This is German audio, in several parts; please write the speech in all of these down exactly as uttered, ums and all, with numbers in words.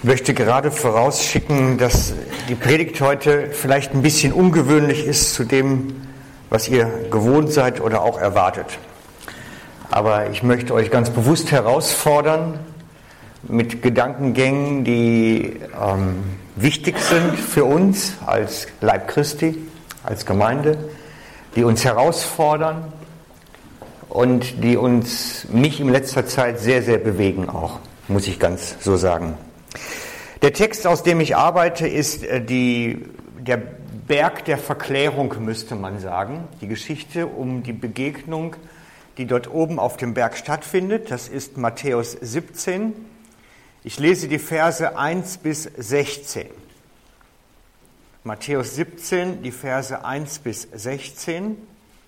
Ich möchte gerade vorausschicken, dass die Predigt heute vielleicht ein bisschen ungewöhnlich ist zu dem, was ihr gewohnt seid oder auch erwartet. Aber ich möchte euch ganz bewusst herausfordern mit Gedankengängen, die ähm, wichtig sind für uns als Leib Christi, als Gemeinde, die uns herausfordern und die uns, mich in letzter Zeit sehr, sehr bewegen auch, muss ich ganz so sagen. Der Text, aus dem ich arbeite, ist die, der Berg der Verklärung, müsste man sagen. Die Geschichte um die Begegnung, die dort oben auf dem Berg stattfindet. Das ist Matthäus siebzehn. Ich lese die Verse eins bis sechzehn. Matthäus siebzehn, die Verse eins bis sechzehn.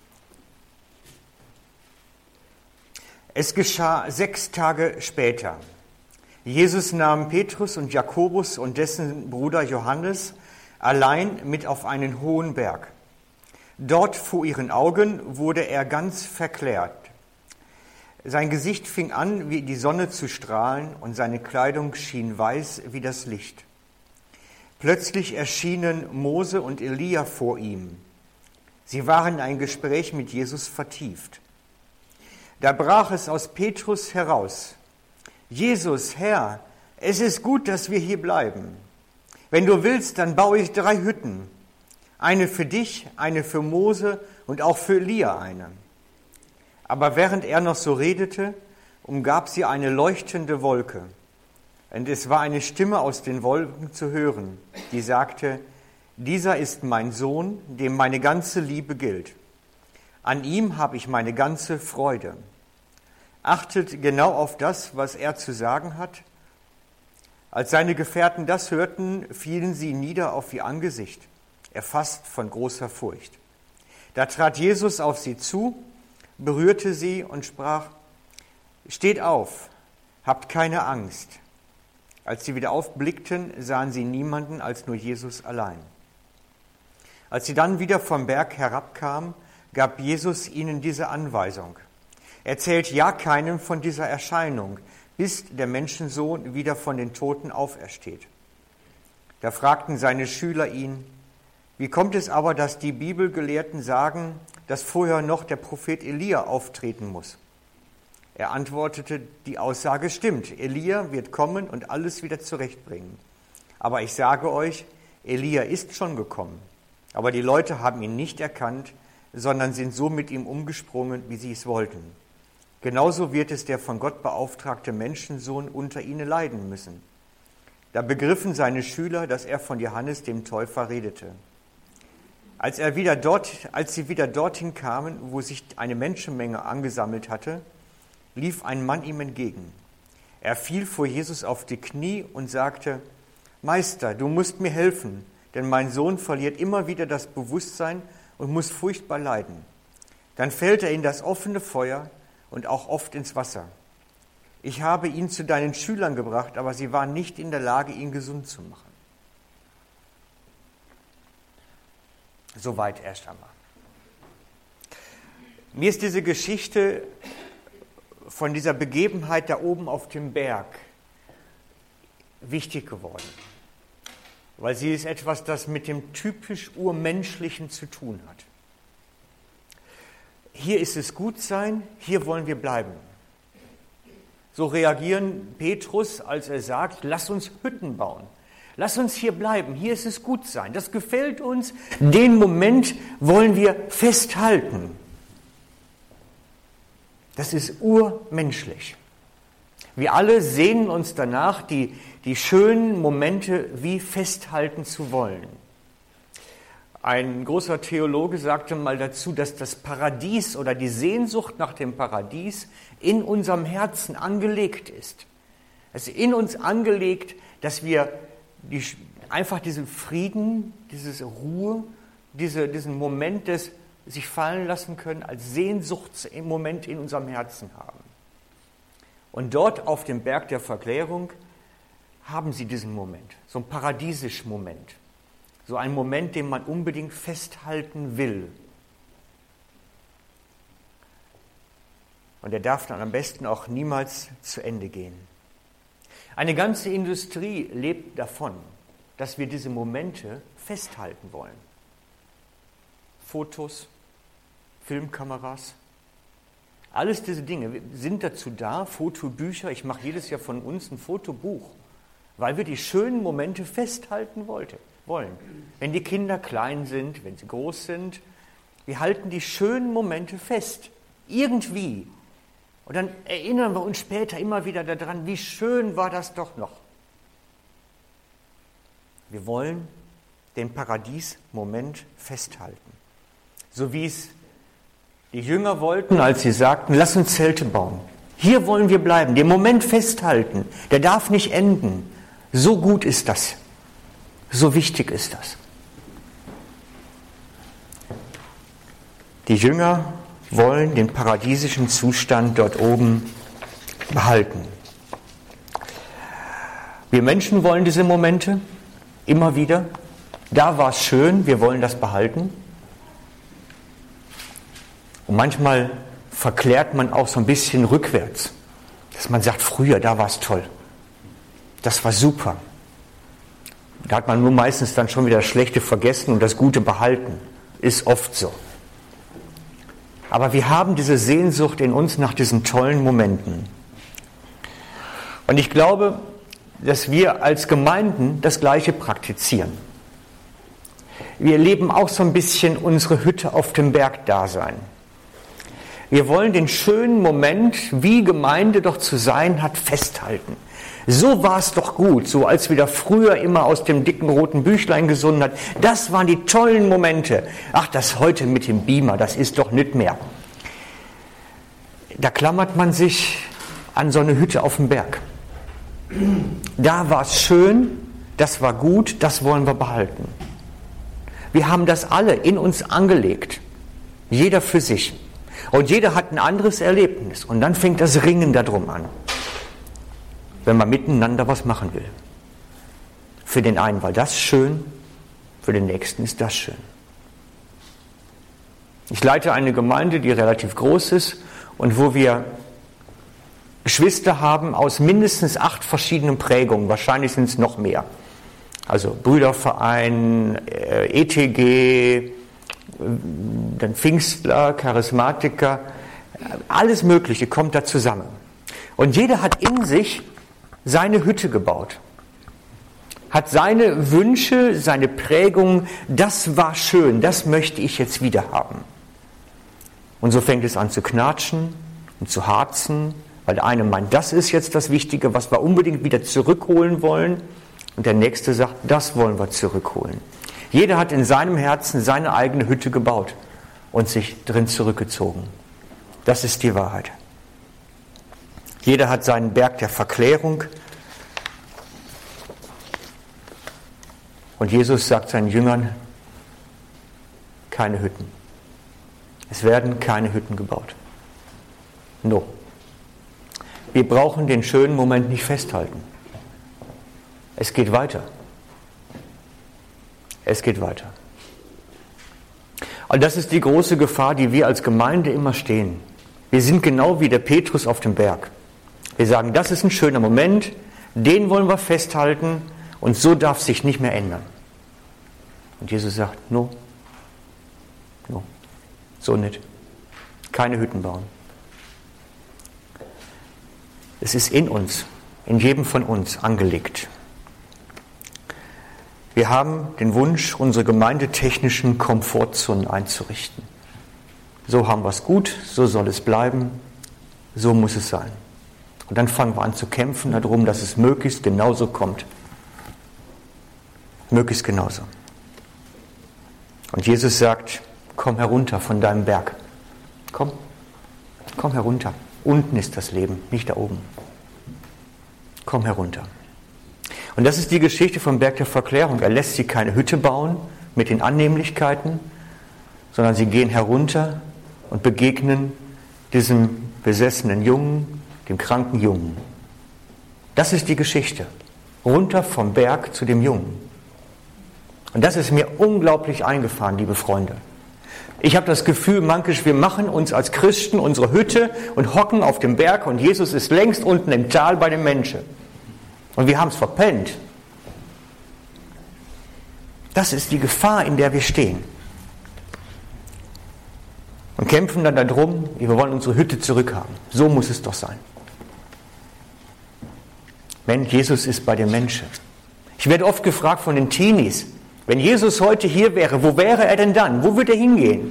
Es geschah sechs Tage später. Jesus nahm Petrus und Jakobus und dessen Bruder Johannes allein mit auf einen hohen Berg. Dort vor ihren Augen wurde er ganz verklärt. Sein Gesicht fing an, wie die Sonne zu strahlen, und seine Kleidung schien weiß wie das Licht. Plötzlich erschienen Mose und Elia vor ihm. Sie waren in ein Gespräch mit Jesus vertieft. Da brach es aus Petrus heraus: Jesus, Herr, es ist gut, dass wir hier bleiben. Wenn du willst, dann baue ich drei Hütten. Eine für dich, eine für Mose und auch für Elia eine. Aber während er noch so redete, umgab sie eine leuchtende Wolke. Und es war eine Stimme aus den Wolken zu hören, die sagte: Dieser ist mein Sohn, dem meine ganze Liebe gilt. An ihm habe ich meine ganze Freude. Achtet genau auf das, was er zu sagen hat. Als seine Gefährten das hörten, fielen sie nieder auf ihr Angesicht, erfasst von großer Furcht. Da trat Jesus auf sie zu, berührte sie und sprach: Steht auf, habt keine Angst. Als sie wieder aufblickten, sahen sie niemanden als nur Jesus allein. Als sie dann wieder vom Berg herabkamen, gab Jesus ihnen diese Anweisung: Erzählt ja keinem von dieser Erscheinung, bis der Menschensohn wieder von den Toten aufersteht. Da fragten seine Schüler ihn: Wie kommt es aber, dass die Bibelgelehrten sagen, dass vorher noch der Prophet Elia auftreten muss? Er antwortete: Die Aussage stimmt. Elia wird kommen und alles wieder zurechtbringen. Aber ich sage euch, Elia ist schon gekommen. Aber die Leute haben ihn nicht erkannt, sondern sind so mit ihm umgesprungen, wie sie es wollten. Genauso wird es der von Gott beauftragte Menschensohn unter ihnen leiden müssen. Da begriffen seine Schüler, dass er von Johannes dem Täufer redete. Als, er wieder dort, als sie wieder dorthin kamen, wo sich eine Menschenmenge angesammelt hatte, lief ein Mann ihm entgegen. Er fiel vor Jesus auf die Knie und sagte: Meister, du musst mir helfen, denn mein Sohn verliert immer wieder das Bewusstsein und muss furchtbar leiden. Dann fällt er in das offene Feuer und auch oft ins Wasser. Ich habe ihn zu deinen Schülern gebracht, aber sie waren nicht in der Lage, ihn gesund zu machen. Soweit erst einmal. Mir ist diese Geschichte von dieser Begebenheit da oben auf dem Berg wichtig geworden, weil sie ist etwas, das mit dem typisch Urmenschlichen zu tun hat. Hier ist es gut sein, hier wollen wir bleiben. So reagieren Petrus, als er sagt: Lass uns Hütten bauen. Lass uns hier bleiben, hier ist es gut sein. Das gefällt uns, den Moment wollen wir festhalten. Das ist urmenschlich. Wir alle sehnen uns danach, die, die schönen Momente wie festhalten zu wollen. Ein großer Theologe sagte mal dazu, dass das Paradies oder die Sehnsucht nach dem Paradies in unserem Herzen angelegt ist. Es ist in uns angelegt, dass wir die, einfach diesen Frieden, diese Ruhe, diese, diesen Moment des sich fallen lassen können, als Sehnsuchtsmoment in unserem Herzen haben. Und dort auf dem Berg der Verklärung haben sie diesen Moment, so einen paradiesischen Moment. So ein Moment, den man unbedingt festhalten will. Und er darf dann am besten auch niemals zu Ende gehen. Eine ganze Industrie lebt davon, dass wir diese Momente festhalten wollen. Fotos, Filmkameras, alles diese Dinge sind dazu da, Fotobücher. Ich mache jedes Jahr von uns ein Fotobuch, weil wir die schönen Momente festhalten wollte, wollen. Wenn die Kinder klein sind, wenn sie groß sind, wir halten die schönen Momente fest, irgendwie. Und dann erinnern wir uns später immer wieder daran, wie schön war das doch noch. Wir wollen den Paradiesmoment festhalten. So wie es die Jünger wollten, als sie sagten, lass uns Zelte bauen. Hier wollen wir bleiben, den Moment festhalten. Der darf nicht enden. So gut ist das. So wichtig ist das. Die Jünger wollen den paradiesischen Zustand dort oben behalten. Wir Menschen wollen diese Momente immer wieder. Da war es schön, wir wollen das behalten. Und manchmal verklärt man auch so ein bisschen rückwärts, dass man sagt, früher, da war es toll. Das war super. Da hat man nur meistens dann schon wieder das Schlechte vergessen und das Gute behalten. Ist oft so. Aber wir haben diese Sehnsucht in uns nach diesen tollen Momenten. Und ich glaube, dass wir als Gemeinden das Gleiche praktizieren. Wir leben auch so ein bisschen unsere Hütte auf dem Berg-Dasein. Wir wollen den schönen Moment, wie Gemeinde doch zu sein hat, festhalten. So war es doch gut, so als wir da früher immer aus dem dicken roten Büchlein gesungen hat. Das waren die tollen Momente. Ach, das heute mit dem Beamer, das ist doch nicht mehr. Da klammert man sich an so eine Hütte auf dem Berg. Da war es schön, das war gut, das wollen wir behalten. Wir haben das alle in uns angelegt. Jeder für sich. Und jeder hat ein anderes Erlebnis. Und dann fängt das Ringen darum an. Wenn man miteinander was machen will. Für den einen war das schön, für den nächsten ist das schön. Ich leite eine Gemeinde, die relativ groß ist und wo wir Geschwister haben aus mindestens acht verschiedenen Prägungen. Wahrscheinlich sind es noch mehr. Also Brüderverein, E T G, dann Pfingstler, Charismatiker, alles Mögliche kommt da zusammen. Und jeder hat in sich seine Hütte gebaut, hat seine Wünsche, seine Prägungen, das war schön, das möchte ich jetzt wieder haben. Und so fängt es an zu knatschen und zu harzen, weil der eine meint, das ist jetzt das Wichtige, was wir unbedingt wieder zurückholen wollen. Und der nächste sagt, das wollen wir zurückholen. Jeder hat in seinem Herzen seine eigene Hütte gebaut und sich drin zurückgezogen. Das ist die Wahrheit. Jeder hat seinen Berg der Verklärung. Und Jesus sagt seinen Jüngern, keine Hütten. Es werden keine Hütten gebaut. No. Wir brauchen den schönen Moment nicht festhalten. Es geht weiter. Es geht weiter. Und das ist die große Gefahr, die wir als Gemeinde immer stehen. Wir sind genau wie der Petrus auf dem Berg. Wir sagen, das ist ein schöner Moment, den wollen wir festhalten und so darf sich nicht mehr ändern. Und Jesus sagt, no, no, so nicht. Keine Hütten bauen. Es ist in uns, in jedem von uns angelegt. Wir haben den Wunsch, unsere gemeindetechnischen Komfortzonen einzurichten. So haben wir es gut, so soll es bleiben, so muss es sein. Und dann fangen wir an zu kämpfen darum, dass es möglichst genauso kommt. Möglichst genauso. Und Jesus sagt, komm herunter von deinem Berg. Komm, komm herunter. Unten ist das Leben, nicht da oben. Komm herunter. Und das ist die Geschichte vom Berg der Verklärung. Er lässt sie keine Hütte bauen mit den Annehmlichkeiten, sondern sie gehen herunter und begegnen diesem besessenen Jungen, dem kranken Jungen. Das ist die Geschichte. Runter vom Berg zu dem Jungen. Und das ist mir unglaublich eingefahren, liebe Freunde. Ich habe das Gefühl, manchmal, wir machen uns als Christen unsere Hütte und hocken auf dem Berg und Jesus ist längst unten im Tal bei den Menschen. Und wir haben es verpennt. Das ist die Gefahr, in der wir stehen. Und kämpfen dann darum, wir wollen unsere Hütte zurückhaben. So muss es doch sein. Mensch, Jesus ist bei den Menschen. Ich werde oft gefragt von den Teenies, wenn Jesus heute hier wäre, wo wäre er denn dann? Wo würde er hingehen?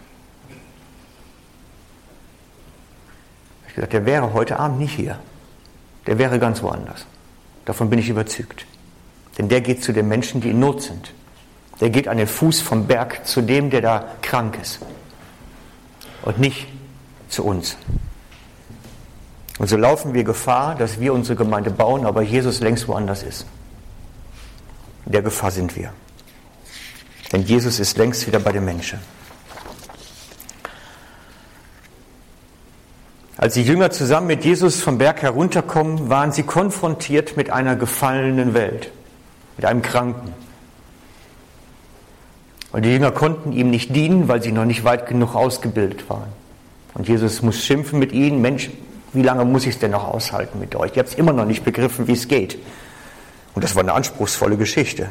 Ich habe gesagt, der wäre heute Abend nicht hier. Der wäre ganz woanders. Davon bin ich überzeugt. Denn der geht zu den Menschen, die in Not sind. Der geht an den Fuß vom Berg zu dem, der da krank ist. Und nicht zu uns. Und so laufen wir Gefahr, dass wir unsere Gemeinde bauen, aber Jesus längst woanders ist. In der Gefahr sind wir. Denn Jesus ist längst wieder bei den Menschen. Als die Jünger zusammen mit Jesus vom Berg herunterkommen, waren sie konfrontiert mit einer gefallenen Welt, mit einem Kranken. Und die Jünger konnten ihm nicht dienen, weil sie noch nicht weit genug ausgebildet waren. Und Jesus muss schimpfen mit ihnen, Mensch, wie lange muss ich es denn noch aushalten mit euch? Ihr habt es immer noch nicht begriffen, wie es geht. Und das war eine anspruchsvolle Geschichte.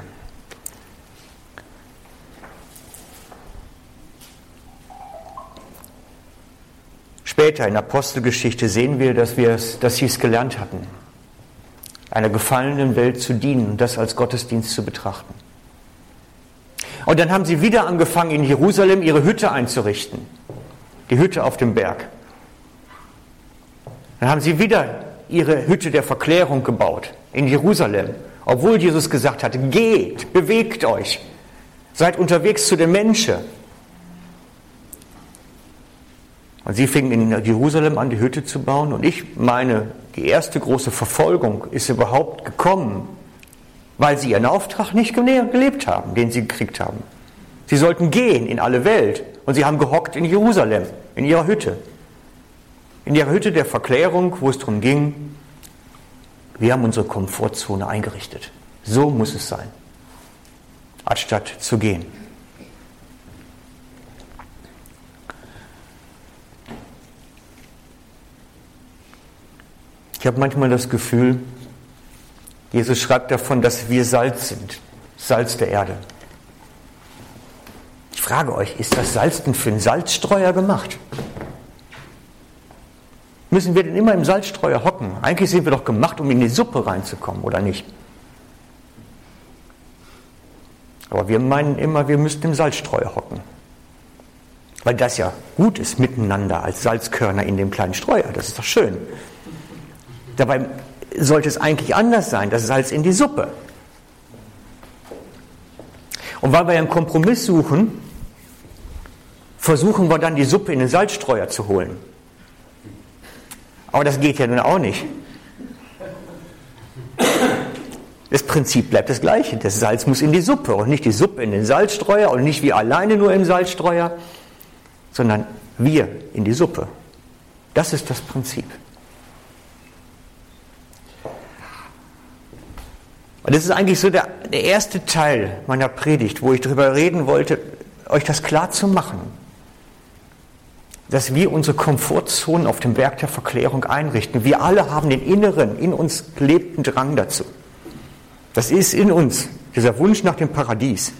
Später in der Apostelgeschichte sehen wir, dass, wir es, dass sie es gelernt hatten, einer gefallenen Welt zu dienen und das als Gottesdienst zu betrachten. Und dann haben sie wieder angefangen, in Jerusalem ihre Hütte einzurichten. Die Hütte auf dem Berg. Dann haben sie wieder ihre Hütte der Verklärung gebaut in Jerusalem. Obwohl Jesus gesagt hatte, geht, bewegt euch, seid unterwegs zu den Menschen. Und sie fingen in Jerusalem an, die Hütte zu bauen. Und ich meine, die erste große Verfolgung ist überhaupt gekommen, weil sie ihren Auftrag nicht gelebt haben, den sie gekriegt haben. Sie sollten gehen in alle Welt. Und sie haben gehockt in Jerusalem, in ihrer Hütte. In ihrer Hütte der Verklärung, wo es darum ging, wir haben unsere Komfortzone eingerichtet. So muss es sein, anstatt zu gehen. Ich habe manchmal das Gefühl, Jesus schreibt davon, dass wir Salz sind, Salz der Erde. Ich frage euch, ist das Salz denn für einen Salzstreuer gemacht? Müssen wir denn immer im Salzstreuer hocken? Eigentlich sind wir doch gemacht, um in die Suppe reinzukommen, oder nicht? Aber wir meinen immer, wir müssten im Salzstreuer hocken. Weil das ja gut ist miteinander als Salzkörner in dem kleinen Streuer. Das ist doch schön. Dabei sollte es eigentlich anders sein, das Salz in die Suppe. Und weil wir einen Kompromiss suchen, versuchen wir dann die Suppe in den Salzstreuer zu holen. Aber das geht ja nun auch nicht. Das Prinzip bleibt das gleiche. Das Salz muss in die Suppe und nicht die Suppe in den Salzstreuer und nicht wir alleine nur im Salzstreuer, sondern wir in die Suppe. Das ist das Prinzip. Und das ist eigentlich so der, der erste Teil meiner Predigt, wo ich darüber reden wollte, euch das klar zu machen, dass wir unsere Komfortzonen auf dem Berg der Verklärung einrichten. Wir alle haben den inneren, in uns gelebten Drang dazu. Das ist in uns, dieser Wunsch nach dem Paradies.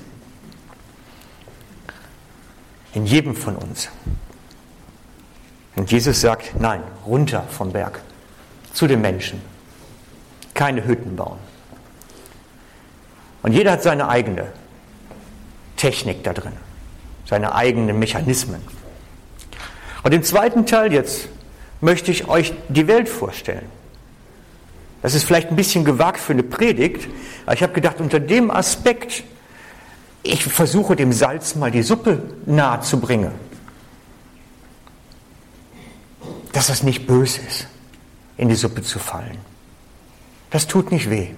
In jedem von uns. Und Jesus sagt, nein, runter vom Berg, zu den Menschen. Keine Hütten bauen. Und jeder hat seine eigene Technik da drin, seine eigenen Mechanismen. Und im zweiten Teil jetzt möchte ich euch die Welt vorstellen. Das ist vielleicht ein bisschen gewagt für eine Predigt, aber ich habe gedacht, unter dem Aspekt, ich versuche dem Salz mal die Suppe nahe zu bringen. Dass das nicht böse ist, in die Suppe zu fallen. Das tut nicht weh.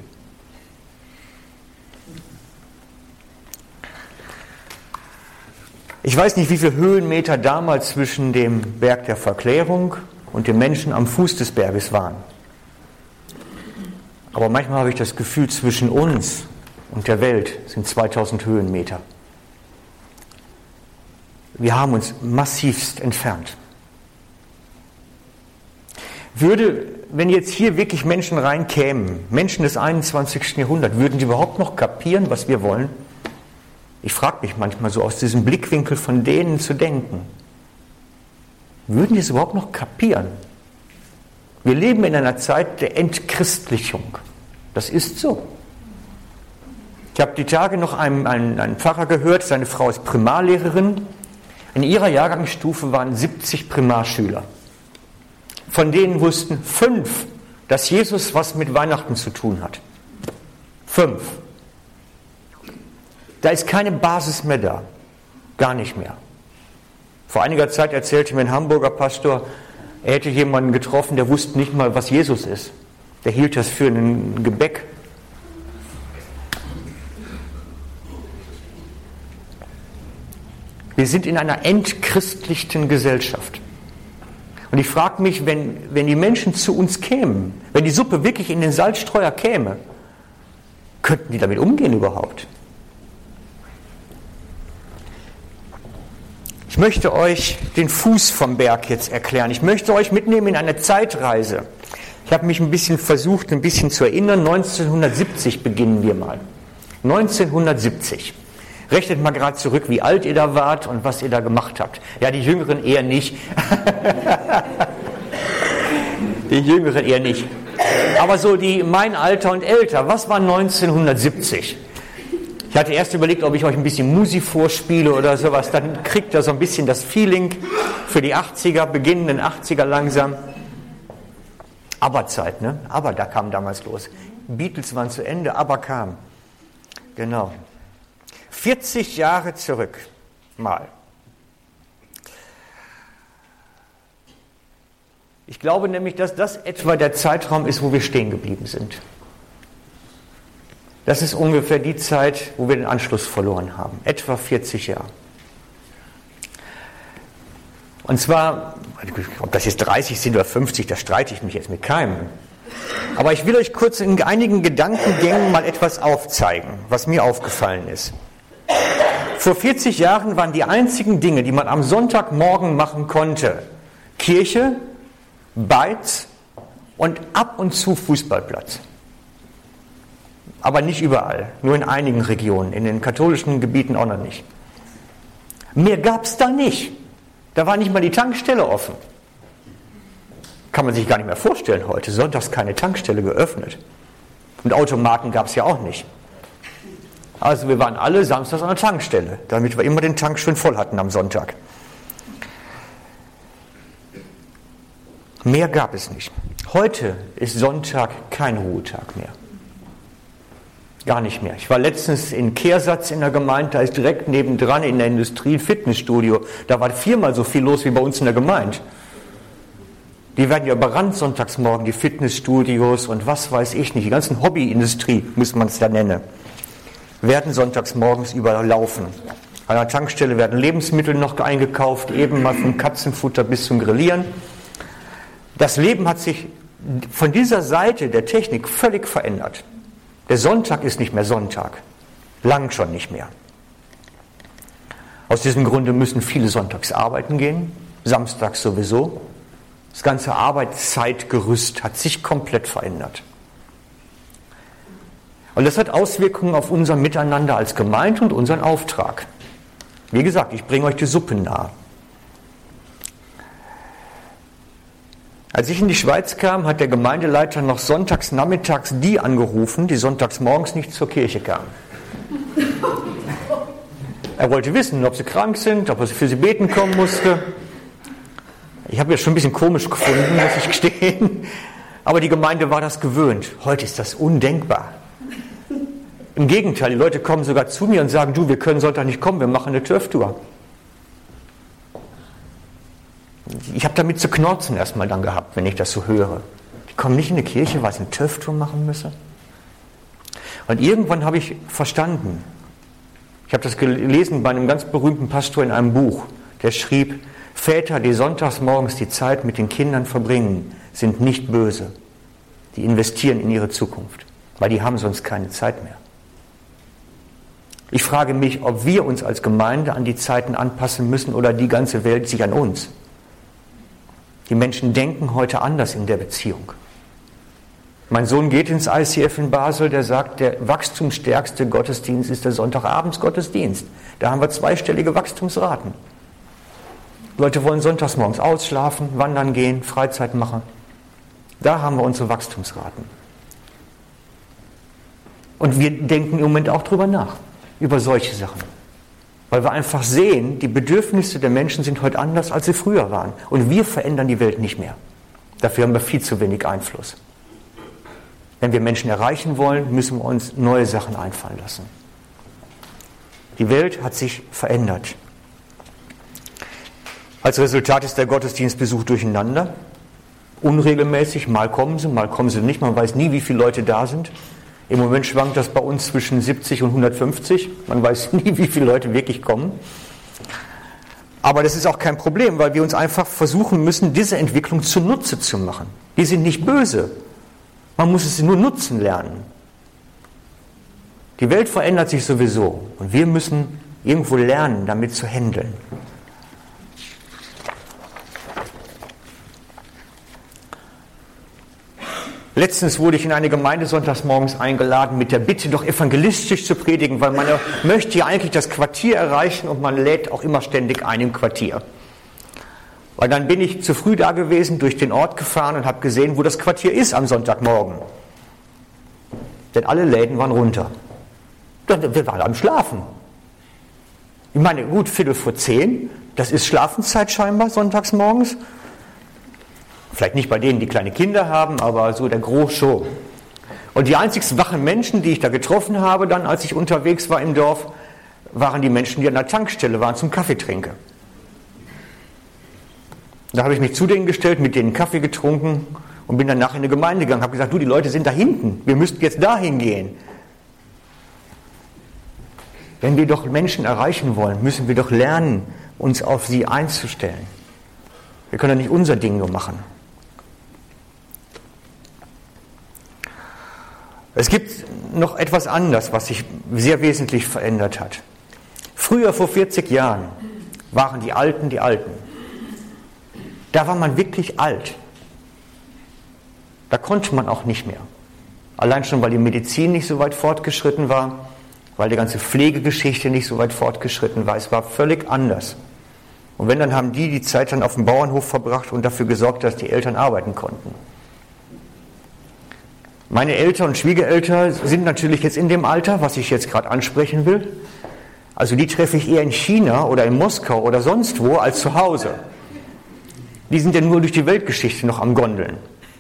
Ich weiß nicht, wie viele Höhenmeter damals zwischen dem Berg der Verklärung und den Menschen am Fuß des Berges waren. Aber manchmal habe ich das Gefühl, zwischen uns und der Welt sind zweitausend Höhenmeter. Wir haben uns massivst entfernt. Würde wenn jetzt hier wirklich Menschen reinkämen, Menschen des einundzwanzigsten Jahrhunderts, würden die überhaupt noch kapieren, was wir wollen? Ich frage mich manchmal so aus diesem Blickwinkel von denen zu denken. Würden die es überhaupt noch kapieren? Wir leben in einer Zeit der Entchristlichung. Das ist so. Ich habe die Tage noch einen, einen, einen Pfarrer gehört, seine Frau ist Primarlehrerin. In ihrer Jahrgangsstufe waren siebzig Primarschüler. Von denen wussten fünf, dass Jesus was mit Weihnachten zu tun hat. Fünf. Da ist keine Basis mehr da. Gar nicht mehr. Vor einiger Zeit erzählte mir ein Hamburger Pastor, er hätte jemanden getroffen, der wusste nicht mal, was Jesus ist. Der hielt das für ein Gebäck. Wir sind in einer entchristlichten Gesellschaft. Und ich frage mich, wenn, wenn die Menschen zu uns kämen, wenn die Suppe wirklich in den Salzstreuer käme, könnten die damit umgehen überhaupt? Ich möchte euch den Fuß vom Berg jetzt erklären. Ich möchte euch mitnehmen in eine Zeitreise. Ich habe mich ein bisschen versucht, ein bisschen zu erinnern. neunzehnhundertsiebzig beginnen wir mal. neunzehnhundertsiebzig. Rechnet mal gerade zurück, wie alt ihr da wart und was ihr da gemacht habt. Ja, die Jüngeren eher nicht. Die Jüngeren eher nicht. Aber so die mein Alter und älter, was war neunzehnhundertsiebzig? Ich hatte erst überlegt, ob ich euch ein bisschen Musi vorspiele oder sowas. Dann kriegt ihr so ein bisschen das Feeling für die achtziger, beginnenden achtziger langsam. Aber-Zeit, ne? Aber da kam damals los. Beatles waren zu Ende, aber kam. Genau. vierzig Jahre zurück, mal. Ich glaube nämlich, dass das etwa der Zeitraum ist, wo wir stehen geblieben sind. Das ist ungefähr die Zeit, wo wir den Anschluss verloren haben. Etwa vierzig Jahre. Und zwar, ob das jetzt dreißig sind oder fünfzig, da streite ich mich jetzt mit keinem. Aber ich will euch kurz in einigen Gedankengängen mal etwas aufzeigen, was mir aufgefallen ist. Vor vierzig Jahren waren die einzigen Dinge, die man am Sonntagmorgen machen konnte, Kirche, Beiz und ab und zu Fußballplatz. Aber nicht überall, nur in einigen Regionen, in den katholischen Gebieten auch noch nicht. Mehr gab es da nicht. Da war nicht mal die Tankstelle offen. Kann man sich gar nicht mehr vorstellen heute. Sonntags keine Tankstelle geöffnet. Und Automaten gab es ja auch nicht. Also wir waren alle samstags an der Tankstelle, damit wir immer den Tank schön voll hatten am Sonntag. Mehr gab es nicht. Heute ist Sonntag kein Ruhetag mehr. Gar nicht mehr. Ich war letztens in Kehrsatz in der Gemeinde, da ist direkt nebendran in der Industrie ein Fitnessstudio. Da war viermal so viel los wie bei uns in der Gemeinde. Die werden ja überrannt sonntags morgen, die Fitnessstudios und was weiß ich nicht. Die ganzen Hobbyindustrie, muss man es da nennen, werden sonntags morgens überlaufen. An der Tankstelle werden Lebensmittel noch eingekauft, eben mal vom Katzenfutter bis zum Grillieren. Das Leben hat sich von dieser Seite der Technik völlig verändert. Der Sonntag ist nicht mehr Sonntag. Lang schon nicht mehr. Aus diesem Grunde müssen viele sonntags arbeiten gehen, samstags sowieso. Das ganze Arbeitszeitgerüst hat sich komplett verändert. Und das hat Auswirkungen auf unser Miteinander als Gemeinde und unseren Auftrag. Wie gesagt, ich bringe euch die Suppen nahe. Als ich in die Schweiz kam, hat der Gemeindeleiter noch sonntags nachmittags die angerufen, die sonntags morgens nicht zur Kirche kamen. Er wollte wissen, ob sie krank sind, ob er für sie beten kommen musste. Ich habe das schon ein bisschen komisch gefunden, muss ich gestehen. Aber die Gemeinde war das gewöhnt. Heute ist das undenkbar. Im Gegenteil, die Leute kommen sogar zu mir und sagen, du, wir können Sonntag nicht kommen, wir machen eine Turftour. Ich habe damit zu knorzen erstmal dann gehabt, wenn ich das so höre. Die kommen nicht in die Kirche, weil sie eine Turftour machen müssen. Und irgendwann habe ich verstanden, ich habe das gelesen bei einem ganz berühmten Pastor in einem Buch, der schrieb, Väter, die sonntags morgens die Zeit mit den Kindern verbringen, sind nicht böse. Die investieren in ihre Zukunft, weil die haben sonst keine Zeit mehr. Ich frage mich, ob wir uns als Gemeinde an die Zeiten anpassen müssen oder die ganze Welt sich an uns. Die Menschen denken heute anders in der Beziehung. Mein Sohn geht ins I C F in Basel, der sagt, der wachstumsstärkste Gottesdienst ist der Sonntagabendsgottesdienst. Da haben wir zweistellige Wachstumsraten. Leute wollen sonntags morgens ausschlafen, wandern gehen, Freizeit machen. Da haben wir unsere Wachstumsraten. Und wir denken im Moment auch drüber nach, über solche Sachen. Weil wir einfach sehen, die Bedürfnisse der Menschen sind heute anders, als sie früher waren. Und wir verändern die Welt nicht mehr. Dafür haben wir viel zu wenig Einfluss. Wenn wir Menschen erreichen wollen, müssen wir uns neue Sachen einfallen lassen. Die Welt hat sich verändert. Als Resultat ist der Gottesdienstbesuch durcheinander. Unregelmäßig, mal kommen sie, mal kommen sie nicht. Man weiß nie, wie viele Leute da sind. Im Moment schwankt das bei uns zwischen siebzig und hundertfünfzig. Man weiß nie, wie viele Leute wirklich kommen. Aber das ist auch kein Problem, weil wir uns einfach versuchen müssen, diese Entwicklung zunutze zu machen. Die sind nicht böse. Man muss es nur nutzen lernen. Die Welt verändert sich sowieso und wir müssen irgendwo lernen, damit zu handeln. Letztens wurde ich in eine Gemeinde sonntags morgens eingeladen mit der Bitte, doch evangelistisch zu predigen, weil man möchte ja eigentlich das Quartier erreichen und man lädt auch immer ständig ein im Quartier. Weil dann bin ich zu früh da gewesen, durch den Ort gefahren und habe gesehen, wo das Quartier ist am Sonntagmorgen. Denn alle Läden waren runter. Wir waren am Schlafen. Ich meine, gut, Viertel vor zehn, das ist Schlafenszeit scheinbar, sonntags morgens. Vielleicht nicht bei denen, die kleine Kinder haben, aber so der Gros schon. Und die einzigsten wachen Menschen, die ich da getroffen habe, dann, als ich unterwegs war im Dorf, waren die Menschen, die an der Tankstelle waren zum Kaffeetrinken. Da habe ich mich zu denen gestellt, mit denen Kaffee getrunken und bin danach in eine Gemeinde gegangen. Habe gesagt, du, die Leute sind da hinten, wir müssten jetzt dahin gehen. Wenn wir doch Menschen erreichen wollen, müssen wir doch lernen, uns auf sie einzustellen. Wir können ja nicht unser Ding nur machen. Es gibt noch etwas anderes, was sich sehr wesentlich verändert hat. Früher, vor vierzig Jahren, waren die Alten die Alten. Da war man wirklich alt. Da konnte man auch nicht mehr. Allein schon, weil die Medizin nicht so weit fortgeschritten war, weil die ganze Pflegegeschichte nicht so weit fortgeschritten war. Es war völlig anders. Und wenn, dann haben die die Zeit dann auf dem Bauernhof verbracht und dafür gesorgt, dass die Eltern arbeiten konnten. Meine Eltern und Schwiegereltern sind natürlich jetzt in dem Alter, was ich jetzt gerade ansprechen will. Also die treffe ich eher in China oder in Moskau oder sonst wo als zu Hause. Die sind ja nur durch die Weltgeschichte noch am Gondeln.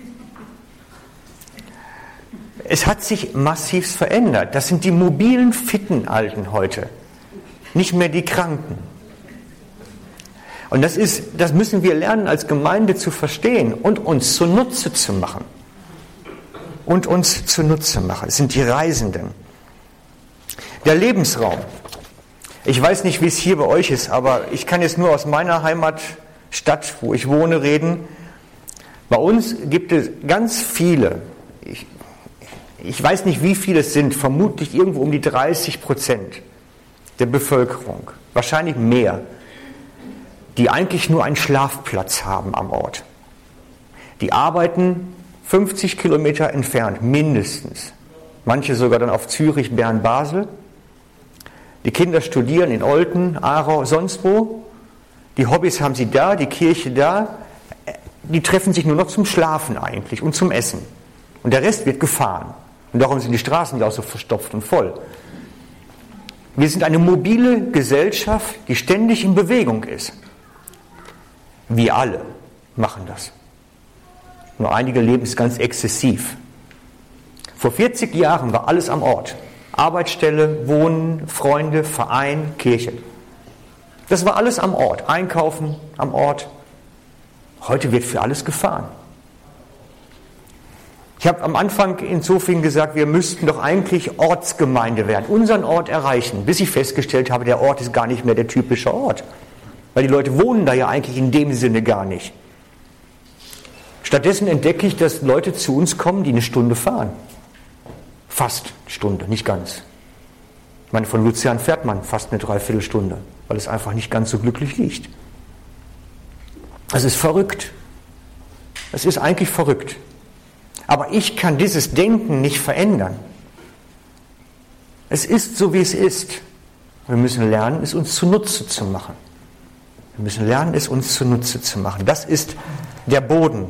Es hat sich massiv verändert. Das sind die mobilen, fitten Alten heute. Nicht mehr die Kranken. Und das ist, das müssen wir lernen, als Gemeinde zu verstehen und uns zunutze zu machen. Und uns zunutze machen. Es sind die Reisenden. Der Lebensraum. Ich weiß nicht, wie es hier bei euch ist, aber ich kann jetzt nur aus meiner Heimatstadt, wo ich wohne, reden. Bei uns gibt es ganz viele, ich, ich weiß nicht, wie viele es sind, vermutlich irgendwo um die dreißig Prozent der Bevölkerung, wahrscheinlich mehr, die eigentlich nur einen Schlafplatz haben am Ort. Die arbeiten fünfzig Kilometer entfernt, mindestens. Manche sogar dann auf Zürich, Bern, Basel. Die Kinder studieren in Olten, Aarau, sonst wo. Die Hobbys haben sie da, die Kirche da. Die treffen sich nur noch zum Schlafen eigentlich und zum Essen. Und der Rest wird gefahren. Und darum sind die Straßen ja auch so verstopft und voll. Wir sind eine mobile Gesellschaft, die ständig in Bewegung ist. Wir alle machen das. Nur einige leben es ganz exzessiv. Vor vierzig Jahren war alles am Ort. Arbeitsstelle, Wohnen, Freunde, Verein, Kirche. Das war alles am Ort. Einkaufen am Ort. Heute wird für alles gefahren. Ich habe am Anfang insofern gesagt, wir müssten doch eigentlich Ortsgemeinde werden, unseren Ort erreichen, bis ich festgestellt habe, der Ort ist gar nicht mehr der typische Ort. Weil die Leute wohnen da ja eigentlich in dem Sinne gar nicht. Stattdessen entdecke ich, dass Leute zu uns kommen, die eine Stunde fahren. Fast eine Stunde, nicht ganz. Ich meine, von Luzern fährt man fast eine Dreiviertelstunde, weil es einfach nicht ganz so glücklich liegt. Es ist verrückt. Es ist eigentlich verrückt. Aber ich kann dieses Denken nicht verändern. Es ist so, wie es ist. Wir müssen lernen, es uns zunutze zu machen. Wir müssen lernen, es uns zunutze zu machen. Das ist der Boden.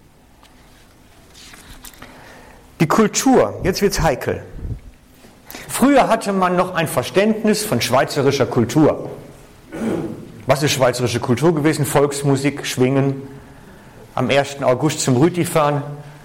Die Kultur, jetzt wird es heikel. Früher hatte man noch ein Verständnis von schweizerischer Kultur. Was ist schweizerische Kultur gewesen? Volksmusik, Schwingen, am ersten August zum Rüti fahren.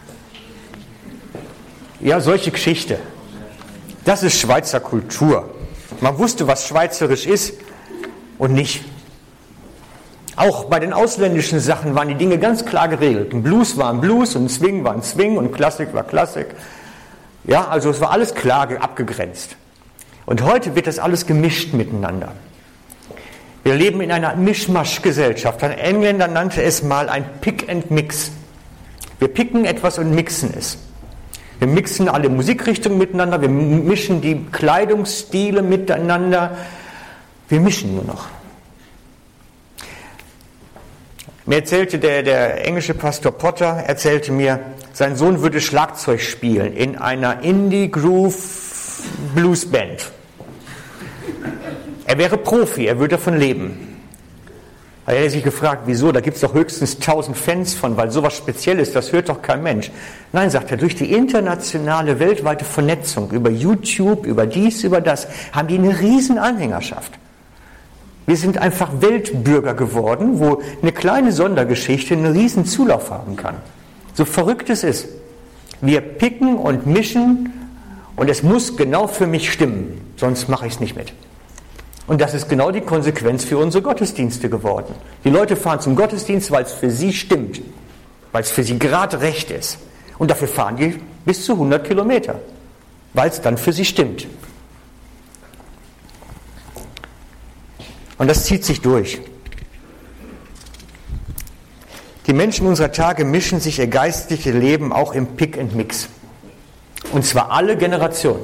Ja, solche Geschichte. Das ist Schweizer Kultur. Man wusste, was schweizerisch ist und nicht. Auch bei den ausländischen Sachen waren die Dinge ganz klar geregelt. Ein Blues war ein Blues und ein Swing war ein Swing und Klassik war Klassik. Ja, also es war alles klar abgegrenzt. Und heute wird das alles gemischt miteinander. Wir leben in einer Mischmasch-Gesellschaft. Ein Engländer nannte es mal ein Pick and Mix. Wir picken etwas und mixen es. Wir mixen alle Musikrichtungen miteinander, wir mischen die Kleidungsstile miteinander. Wir mischen nur noch. Mir erzählte der, der englische Pastor Potter, erzählte mir, sein Sohn würde Schlagzeug spielen in einer Indie-Groove-Blues-Band. Er wäre Profi, er würde davon leben. Da hat er sich gefragt, wieso, da gibt es doch höchstens tausend Fans von, weil sowas Spezielles, das hört doch kein Mensch. Nein, sagt er, durch die internationale, weltweite Vernetzung, über YouTube, über dies, über das, haben die eine riesen Anhängerschaft. Wir sind einfach Weltbürger geworden, wo eine kleine Sondergeschichte einen riesen Zulauf haben kann. So verrückt es ist. Wir picken und mischen und es muss genau für mich stimmen, sonst mache ich es nicht mit. Und das ist genau die Konsequenz für unsere Gottesdienste geworden. Die Leute fahren zum Gottesdienst, weil es für sie stimmt, weil es für sie gerade recht ist. Und dafür fahren die bis zu hundert Kilometer, weil es dann für sie stimmt. Und das zieht sich durch. Die Menschen unserer Tage mischen sich ihr geistliches Leben auch im Pick and Mix. Und zwar alle Generationen.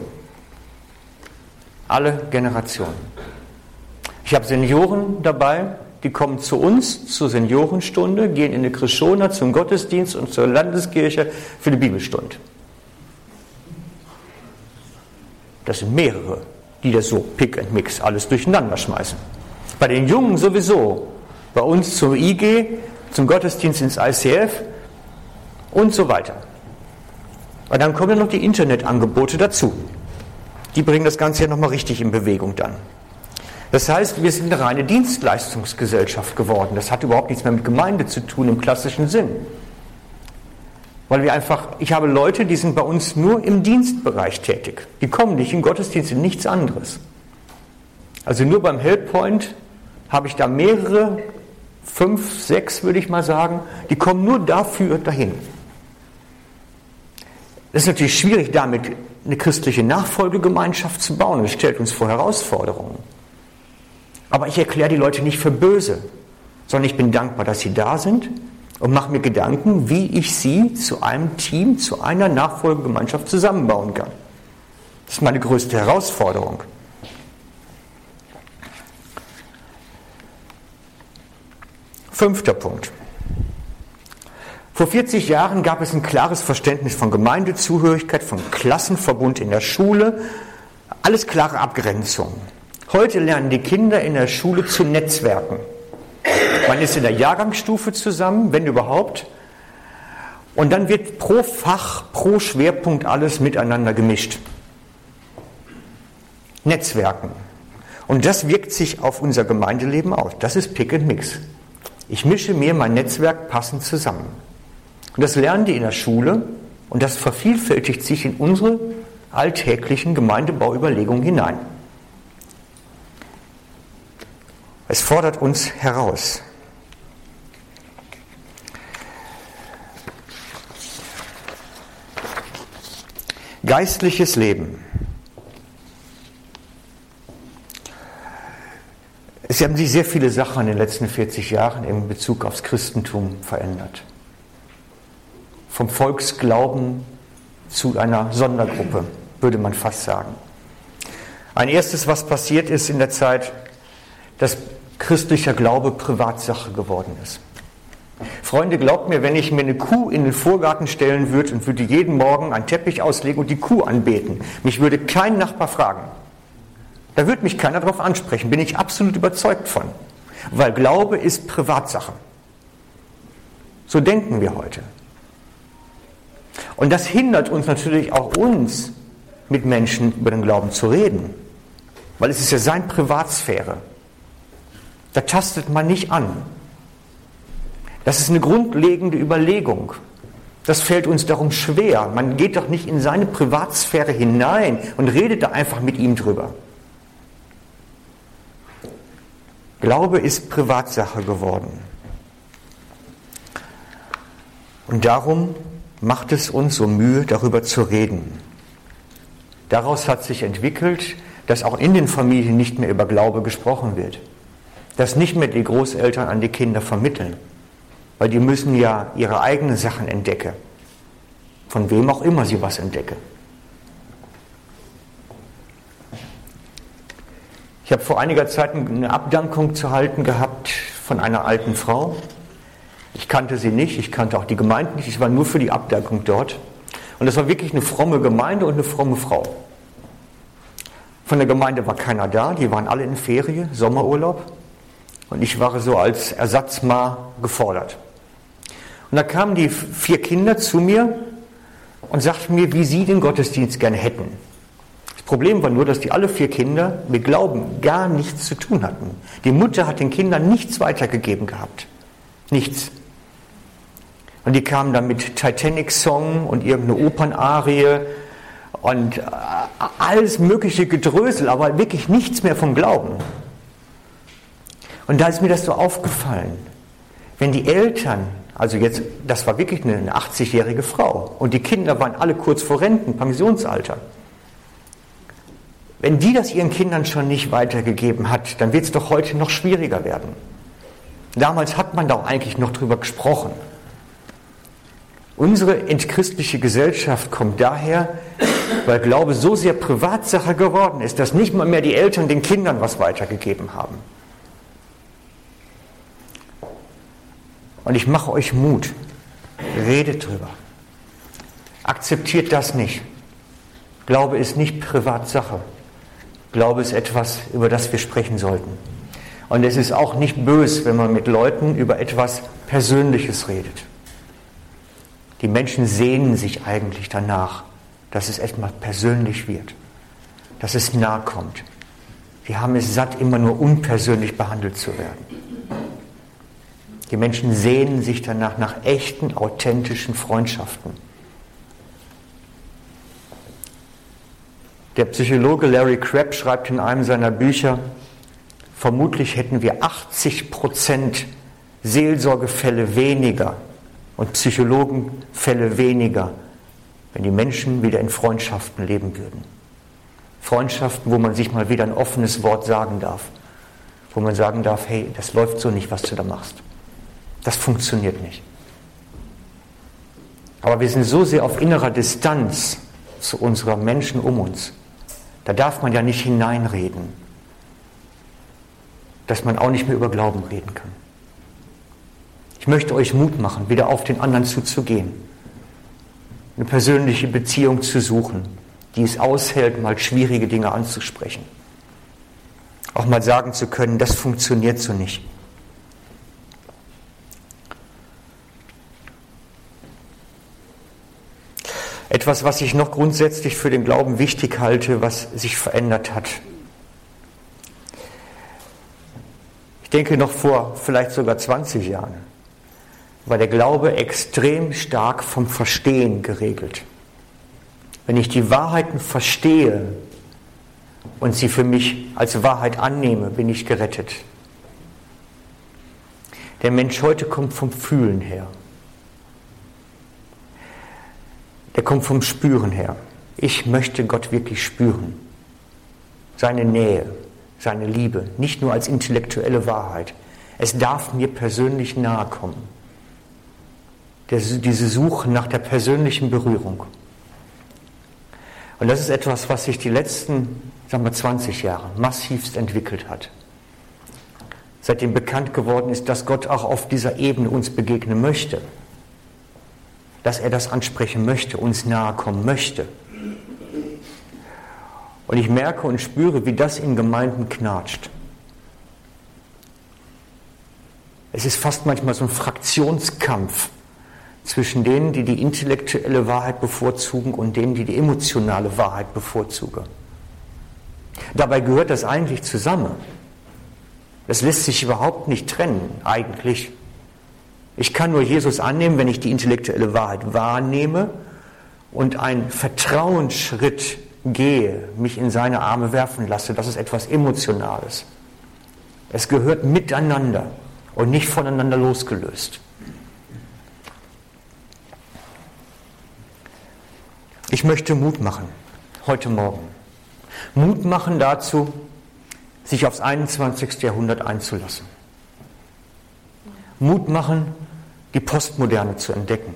Alle Generationen. Ich habe Senioren dabei, die kommen zu uns zur Seniorenstunde, gehen in die Krishona zum Gottesdienst und zur Landeskirche für die Bibelstunde. Das sind mehrere, die das so Pick and Mix alles durcheinander schmeißen. Bei den Jungen sowieso, bei uns zum I G, zum Gottesdienst ins I C F und so weiter. Und dann kommen ja noch die Internetangebote dazu. Die bringen das Ganze ja nochmal richtig in Bewegung dann. Das heißt, wir sind eine reine Dienstleistungsgesellschaft geworden. Das hat überhaupt nichts mehr mit Gemeinde zu tun im klassischen Sinn. Weil wir einfach, ich habe Leute, die sind bei uns nur im Dienstbereich tätig. Die kommen nicht in Gottesdienst, in nichts anderes. Also nur beim Helppoint habe ich da mehrere, fünf, sechs würde ich mal sagen, die kommen nur dafür dahin. Es ist natürlich schwierig, damit eine christliche Nachfolgegemeinschaft zu bauen. Das stellt uns vor Herausforderungen. Aber ich erkläre die Leute nicht für böse, sondern ich bin dankbar, dass sie da sind und mache mir Gedanken, wie ich sie zu einem Team, zu einer Nachfolgegemeinschaft zusammenbauen kann. Das ist meine größte Herausforderung. Fünfter Punkt. Vor vierzig Jahren gab es ein klares Verständnis von Gemeindezugehörigkeit, von Klassenverbund in der Schule, alles klare Abgrenzungen. Heute lernen die Kinder in der Schule zu netzwerken. Man ist in der Jahrgangsstufe zusammen, wenn überhaupt, und dann wird pro Fach, pro Schwerpunkt alles miteinander gemischt. Netzwerken. Und das wirkt sich auf unser Gemeindeleben aus. Das ist Pick and Mix. Ich mische mir mein Netzwerk passend zusammen. Und das lernen die in der Schule und das vervielfältigt sich in unsere alltäglichen Gemeindebauüberlegungen hinein. Es fordert uns heraus. Geistliches Leben. Es haben sich sehr viele Sachen in den letzten vierzig Jahren in Bezug aufs Christentum verändert. Vom Volksglauben zu einer Sondergruppe, würde man fast sagen. Ein erstes, was passiert ist in der Zeit, dass christlicher Glaube Privatsache geworden ist. Freunde, glaubt mir, wenn ich mir eine Kuh in den Vorgarten stellen würde und würde jeden Morgen einen Teppich auslegen und die Kuh anbeten, mich würde kein Nachbar fragen. Da würde mich keiner darauf ansprechen, bin ich absolut überzeugt von. Weil Glaube ist Privatsache. So denken wir heute. Und das hindert uns natürlich auch uns, mit Menschen über den Glauben zu reden. Weil es ist ja seine Privatsphäre. Da tastet man nicht an. Das ist eine grundlegende Überlegung. Das fällt uns darum schwer. Man geht doch nicht in seine Privatsphäre hinein und redet da einfach mit ihm drüber. Glaube ist Privatsache geworden. Und darum macht es uns so Mühe, darüber zu reden. Daraus hat sich entwickelt, dass auch in den Familien nicht mehr über Glaube gesprochen wird. Dass nicht mehr die Großeltern an die Kinder vermitteln. Weil die müssen ja ihre eigenen Sachen entdecken. Von wem auch immer sie was entdecken. Ich habe vor einiger Zeit eine Abdankung zu halten gehabt von einer alten Frau. Ich kannte sie nicht, ich kannte auch die Gemeinde nicht, ich war nur für die Abdankung dort. Und das war wirklich eine fromme Gemeinde und eine fromme Frau. Von der Gemeinde war keiner da, die waren alle in Ferien, Sommerurlaub. Und ich war so als Ersatz mal gefordert. Und da kamen die vier Kinder zu mir und sagten mir, wie sie den Gottesdienst gerne hätten. Das Problem war nur, dass die alle vier Kinder mit Glauben gar nichts zu tun hatten. Die Mutter hat den Kindern nichts weitergegeben gehabt. Nichts. Und die kamen dann mit Titanic-Song und irgendeine Opernarie und alles mögliche Gedrösel, aber wirklich nichts mehr vom Glauben. Und da ist mir das so aufgefallen. Wenn die Eltern, also jetzt, das war wirklich eine achtzigjährige Frau und die Kinder waren alle kurz vor Renten, Pensionsalter. Wenn die das ihren Kindern schon nicht weitergegeben hat, dann wird es doch heute noch schwieriger werden. Damals hat man doch eigentlich noch drüber gesprochen. Unsere entchristliche Gesellschaft kommt daher, weil Glaube so sehr Privatsache geworden ist, dass nicht mal mehr die Eltern den Kindern was weitergegeben haben. Und ich mache euch Mut. Redet drüber. Akzeptiert das nicht. Glaube ist nicht Privatsache. Glaube ist etwas, über das wir sprechen sollten. Und es ist auch nicht böse, wenn man mit Leuten über etwas Persönliches redet. Die Menschen sehnen sich eigentlich danach, dass es etwas persönlich wird, dass es nahe kommt. Die haben es satt, immer nur unpersönlich behandelt zu werden. Die Menschen sehnen sich danach nach echten, authentischen Freundschaften. Der Psychologe Larry Crabb schreibt in einem seiner Bücher, vermutlich hätten wir achtzig Prozent Seelsorgefälle weniger und Psychologenfälle weniger, wenn die Menschen wieder in Freundschaften leben würden. Freundschaften, wo man sich mal wieder ein offenes Wort sagen darf. Wo man sagen darf, hey, das läuft so nicht, was du da machst. Das funktioniert nicht. Aber wir sind so sehr auf innerer Distanz zu unseren Menschen um uns. Da darf man ja nicht hineinreden, dass man auch nicht mehr über Glauben reden kann. Ich möchte euch Mut machen, wieder auf den anderen zuzugehen. Eine persönliche Beziehung zu suchen, die es aushält, mal schwierige Dinge anzusprechen. Auch mal sagen zu können, das funktioniert so nicht. Etwas, was ich noch grundsätzlich für den Glauben wichtig halte, was sich verändert hat. Ich denke noch vor vielleicht sogar zwanzig Jahren war der Glaube extrem stark vom Verstehen geregelt. Wenn ich die Wahrheiten verstehe und sie für mich als Wahrheit annehme, bin ich gerettet. Der Mensch heute kommt vom Fühlen her. Der kommt vom Spüren her. Ich möchte Gott wirklich spüren. Seine Nähe, seine Liebe, nicht nur als intellektuelle Wahrheit. Es darf mir persönlich nahe kommen. Diese Suche nach der persönlichen Berührung. Und das ist etwas, was sich die letzten, sagen wir, zwanzig Jahre massivst entwickelt hat. seitdem bekannt geworden ist, dass Gott auch auf dieser Ebene uns begegnen möchte, dass er das ansprechen möchte, uns nahe kommen möchte. Und ich merke und spüre, wie das in Gemeinden knatscht. Es ist fast manchmal so ein Fraktionskampf zwischen denen, die die intellektuelle Wahrheit bevorzugen und denen, die die emotionale Wahrheit bevorzugen. Dabei gehört das eigentlich zusammen. Das lässt sich überhaupt nicht trennen, eigentlich. Ich kann nur Jesus annehmen, wenn ich die intellektuelle Wahrheit wahrnehme und einen Vertrauensschritt gehe, mich in seine Arme werfen lasse. Das ist etwas Emotionales. Es gehört miteinander und nicht voneinander losgelöst. Ich möchte Mut machen, heute Morgen. Mut machen dazu, sich aufs einundzwanzigste Jahrhundert einzulassen. Mut machen, die Postmoderne zu entdecken.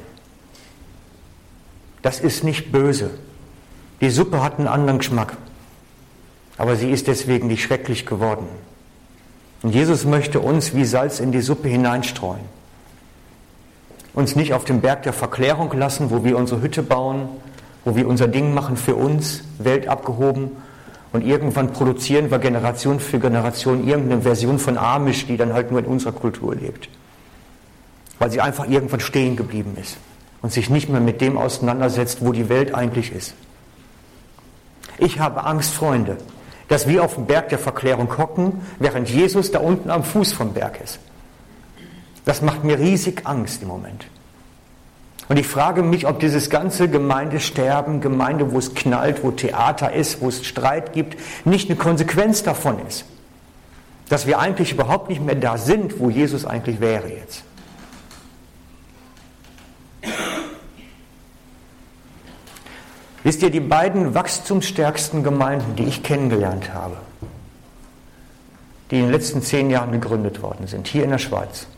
Das ist nicht böse. Die Suppe hat einen anderen Geschmack, aber sie ist deswegen nicht schrecklich geworden. Und Jesus möchte uns wie Salz in die Suppe hineinstreuen. Uns nicht auf den Berg der Verklärung lassen, wo wir unsere Hütte bauen, wo wir unser Ding machen für uns, Welt abgehoben, und irgendwann produzieren wir Generation für Generation irgendeine Version von Amish, die dann halt nur in unserer Kultur lebt. Weil sie einfach irgendwann stehen geblieben ist und sich nicht mehr mit dem auseinandersetzt, wo die Welt eigentlich ist. Ich habe Angst, Freunde, dass wir auf dem Berg der Verklärung hocken, während Jesus da unten am Fuß vom Berg ist. Das macht mir riesig Angst im Moment. Und ich frage mich, ob dieses ganze Gemeindesterben, Gemeinde, wo es knallt, wo Theater ist, wo es Streit gibt, nicht eine Konsequenz davon ist. Dass wir eigentlich überhaupt nicht mehr da sind, wo Jesus eigentlich wäre jetzt. Wisst ihr, die beiden wachstumsstärksten Gemeinden, die ich kennengelernt habe, die in den letzten zehn Jahren gegründet worden sind, hier in der Schweiz.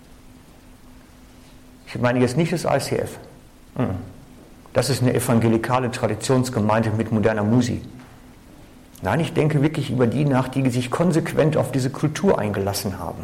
Ich meine jetzt nicht das I C F. Das ist eine evangelikale Traditionsgemeinde mit moderner Musik. Nein, ich denke wirklich über die nach, die sich konsequent auf diese Kultur eingelassen haben.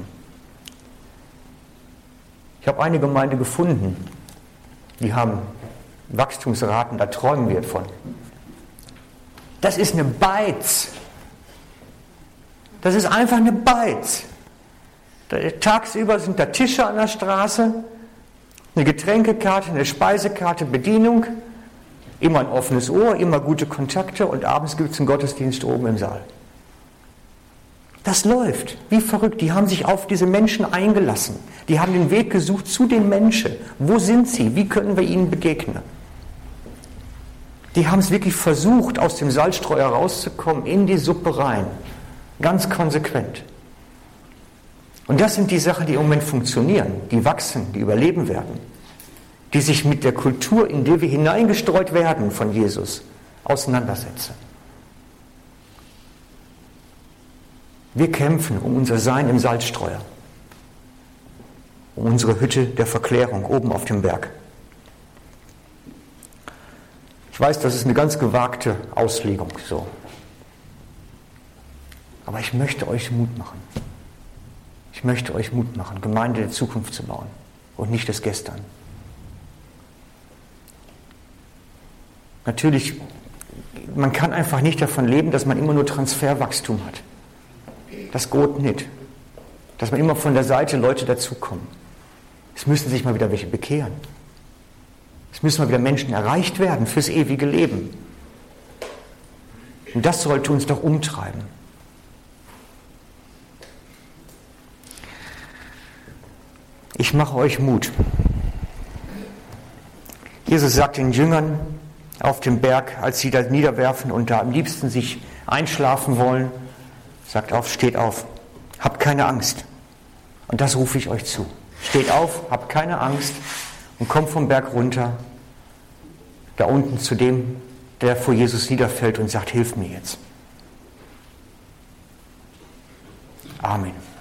Ich habe eine Gemeinde gefunden, die haben Wachstumsraten, da träumen wir von. Das ist eine Beiz. Das ist einfach eine Beiz. Tagsüber sind da Tische an der Straße, eine Getränkekarte, eine Speisekarte, Bedienung, immer ein offenes Ohr, immer gute Kontakte und abends gibt es einen Gottesdienst oben im Saal. Das läuft, wie verrückt. Die haben sich auf diese Menschen eingelassen. Die haben den Weg gesucht zu den Menschen. Wo sind sie? Wie können wir ihnen begegnen? Die haben es wirklich versucht, aus dem Salzstreuer rauszukommen, in die Suppe rein. Ganz konsequent. Und das sind die Sachen, die im Moment funktionieren, die wachsen, die überleben werden, die sich mit der Kultur, in die wir hineingestreut werden von Jesus, auseinandersetzen. Wir kämpfen um unser Sein im Salzstreuer, um unsere Hütte der Verklärung oben auf dem Berg. Ich weiß, das ist eine ganz gewagte Auslegung, so. Aber ich möchte euch Mut machen. Ich möchte euch Mut machen, Gemeinde der Zukunft zu bauen und nicht des Gestern. Natürlich, man kann einfach nicht davon leben, dass man immer nur Transferwachstum hat. Das geht nicht. Dass man immer von der Seite Leute dazukommen. Es müssen sich mal wieder welche bekehren. Es müssen mal wieder Menschen erreicht werden fürs ewige Leben. Und das sollte uns doch umtreiben. Ich mache euch Mut. Jesus sagt den Jüngern auf dem Berg, als sie da niederwerfen und da am liebsten sich einschlafen wollen, sagt auf, steht auf, habt keine Angst. Und das rufe ich euch zu. Steht auf, habt keine Angst und kommt vom Berg runter, da unten zu dem, der vor Jesus niederfällt und sagt, hilf mir jetzt. Amen.